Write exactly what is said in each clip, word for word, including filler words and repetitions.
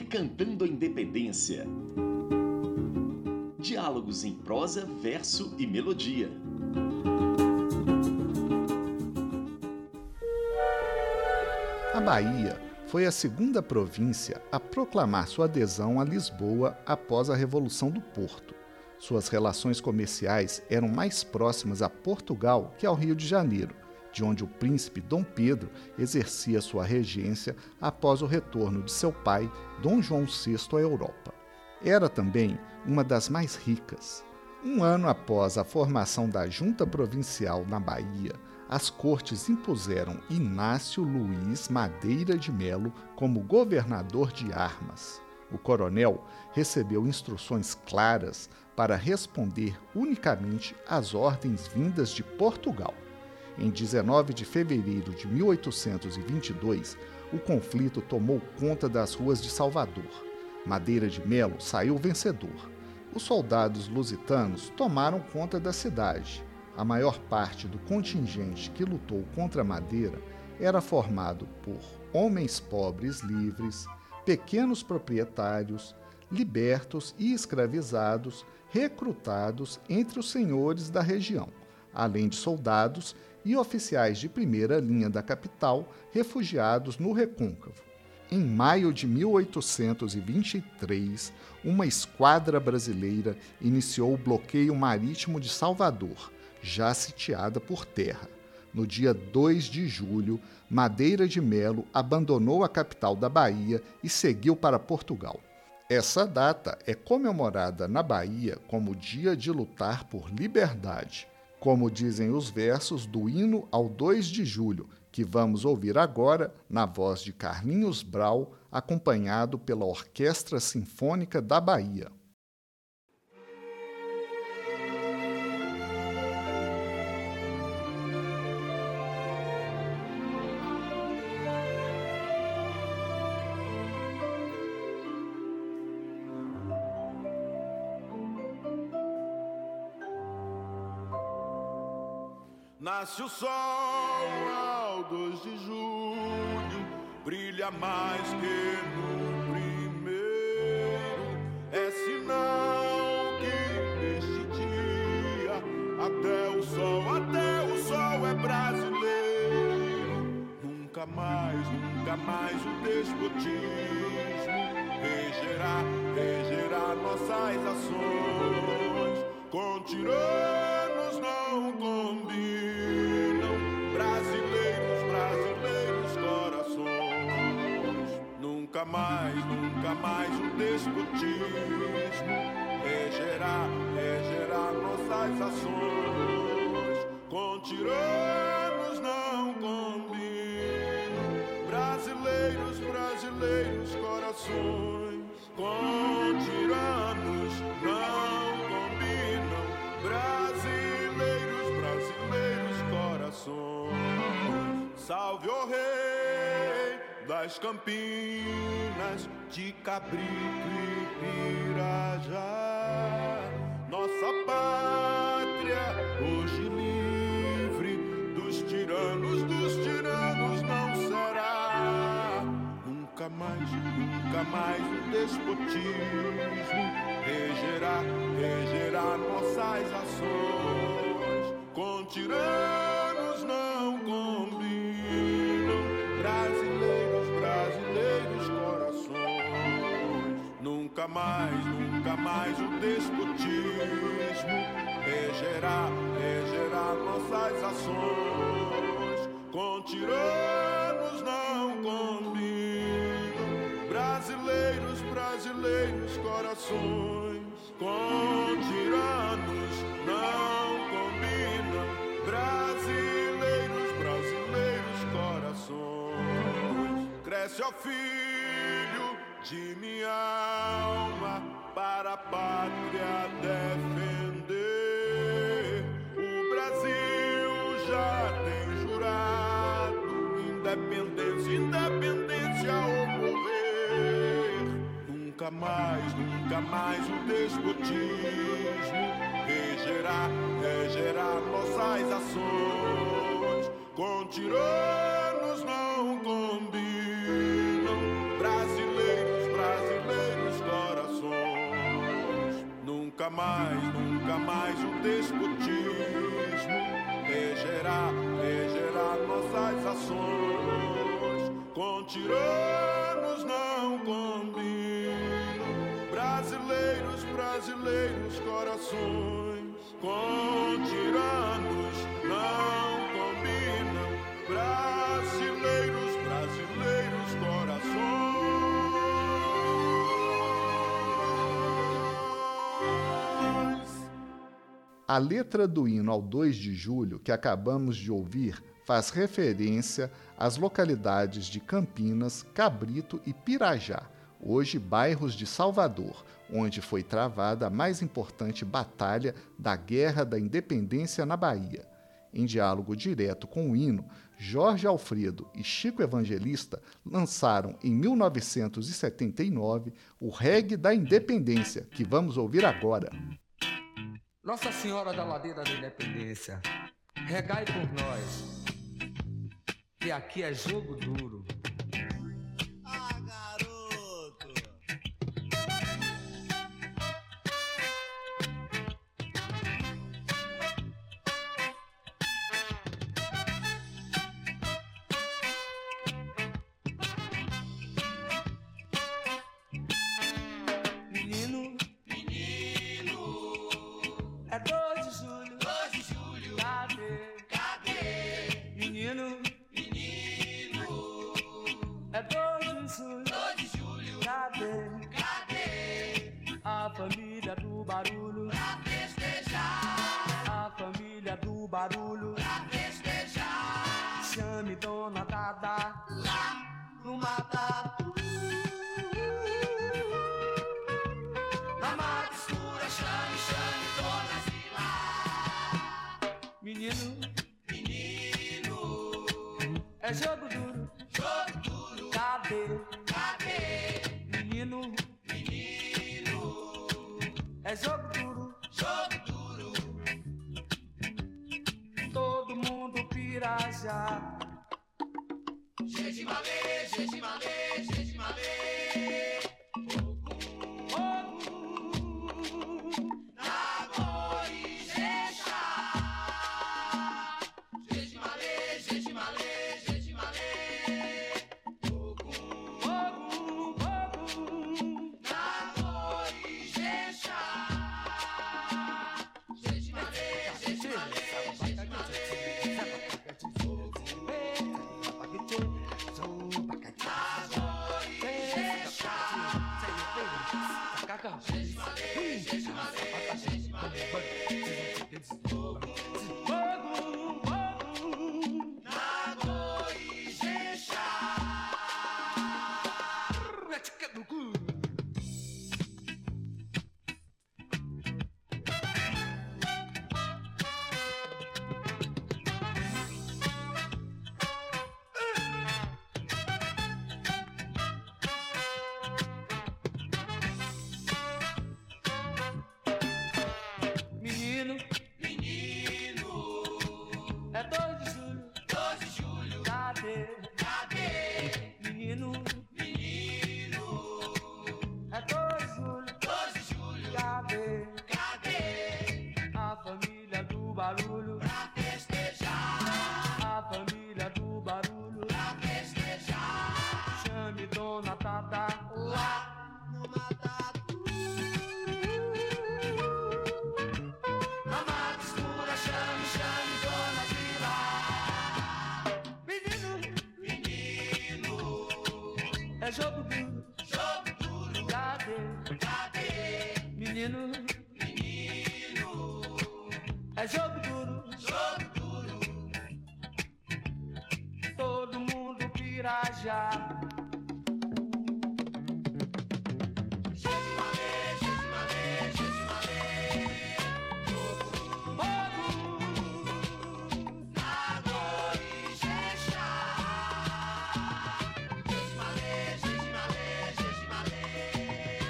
cantando a independência. Diálogos em prosa, verso e melodia. A Bahia foi a segunda província a proclamar sua adesão a Lisboa após a Revolução do Porto. Suas relações comerciais eram mais próximas a Portugal que ao Rio de Janeiro, de onde o príncipe Dom Pedro exercia sua regência após o retorno de seu pai, Dom João sexto, à Europa. Era também uma das mais ricas. Um ano após a formação da Junta Provincial na Bahia, as cortes impuseram Inácio Luiz Madeira de Melo como governador de Armas. O coronel recebeu instruções claras para responder unicamente às ordens vindas de Portugal. Em dezenove de fevereiro de mil oitocentos e vinte e dois, o conflito tomou conta das ruas de Salvador. Madeira de Melo saiu vencedor. Os soldados lusitanos tomaram conta da cidade. A maior parte do contingente que lutou contra Madeira era formado por homens pobres livres, pequenos proprietários, libertos e escravizados, recrutados entre os senhores da região, além de soldados e oficiais de primeira linha da capital, refugiados no Recôncavo. Em maio de mil oitocentos e vinte e três, uma esquadra brasileira iniciou o bloqueio marítimo de Salvador, já sitiada por terra. No dia dois de julho, Madeira de Melo abandonou a capital da Bahia e seguiu para Portugal. Essa data é comemorada na Bahia como Dia de Lutar por Liberdade, como dizem os versos do hino ao dois de julho, que vamos ouvir agora na voz de Carlinhos Brau, acompanhado pela Orquestra Sinfônica da Bahia. Nasce o sol ao dois de julho, brilha mais que no primeiro. É sinal que neste dia até o sol, até o sol é brasileiro. Nunca mais, nunca mais o despotismo regerá, regerá nossas ações. Com tiranos não combinam. Nunca mais, nunca mais o despotismo regerá, regerá nossas ações. Com tiranos não combinam, brasileiros, brasileiros corações. Com tiranos não combinam, brasileiros, brasileiros corações. Salve o rei das Campinas, de Cabrito e Pirajá, nossa pátria hoje livre dos tiranos, dos tiranos não será. Nunca mais, nunca mais o despotismo regerá, regerá nossas ações. Com tiranos não combinam, brasileiros, brasileiros corações. Nunca mais, nunca mais o despotismo regerá, regerá nossas ações. Com tiranos não combinam, brasileiros, brasileiros corações. Com tiranos não combinam, brasileiros, brasileiros corações. Cresce, ó filho de minha alma, para a pátria defender. O Brasil já tem jurado independência, independência ou morrer. Nunca mais, nunca mais o despotismo regerá, regerá nossas ações. Com tiranos não combinam, brasileiros, brasileiros mais, nunca mais o despotismo regerá, regerá nossas ações. Com tiranos não combinam brasileiros, brasileiros corações. Com tiranos não combinam brasileiros, brasileiros corações. A letra do hino ao dois de julho que acabamos de ouvir faz referência às localidades de Campinas, Cabrito e Pirajá, hoje bairros de Salvador, onde foi travada a mais importante batalha da Guerra da Independência na Bahia. Em diálogo direto com o hino, Jorge Alfredo e Chico Evangelista lançaram em mil novecentos e setenta e nove o Reggae da Independência, que vamos ouvir agora. Nossa Senhora da Ladeira da Independência, regai por nós, que aqui é jogo duro. Ah, garoto! Menino, é dois de julho, dois de julho, cadê? cadê? Menino, Menino, é dois de julho, dois de julho, cadê? cadê? A família do barulho, Pra festejar, a família do barulho, pra festejar, chame Dona Dada lá no Matatu. Na mata escura, chame, chame, Dona Zila. Menino, Menino, é jogo duro, jogo duro, cadê? cadê? Menino, Menino, é jogo duro, jogo duro, todo mundo pirajá. gente malê, gente malê, gente malê. Menino, é dois de julho, dois de julho, cadê? cadê? Menino, Menino, é dois de julho, dois de julho, cadê? cadê? A família do barulho, Pra festejar, a família do barulho, pra festejar, chame Dona Tata lá no Matatu. Na mata escura, chame, chame, Dona Zila. Menino, Menino, é jogo duro, jogo duro, cadê? cadê? Menino, Menino, é jogo duro, jogo duro, todo mundo pirajá. gente malê, gente malê, gente malê. Na dor e Jexá. Gente malê, gente malê, gente malê.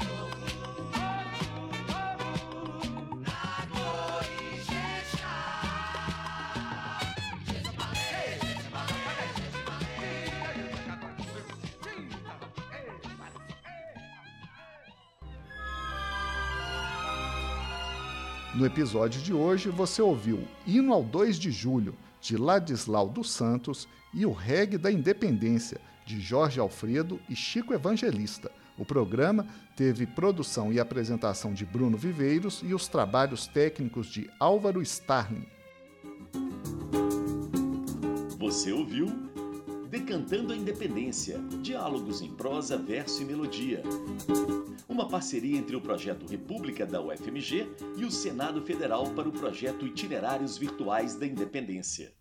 Na dor e Jexá. Gente malê, gente malê, gente malê. No episódio de hoje, você ouviu Hino ao dois de Julho, de Ladislau dos Santos, e o Reggae da Independência, de Jorge Alfredo e Chico Evangelista. O programa teve produção e apresentação de Bruno Viveiros e os trabalhos técnicos de Álvaro Starling. Você ouviu Decantando a Independência, diálogos em prosa, verso e melodia. Uma parceria entre o Projeto República da U F M G e o Senado Federal para o projeto Itinerários Virtuais da Independência.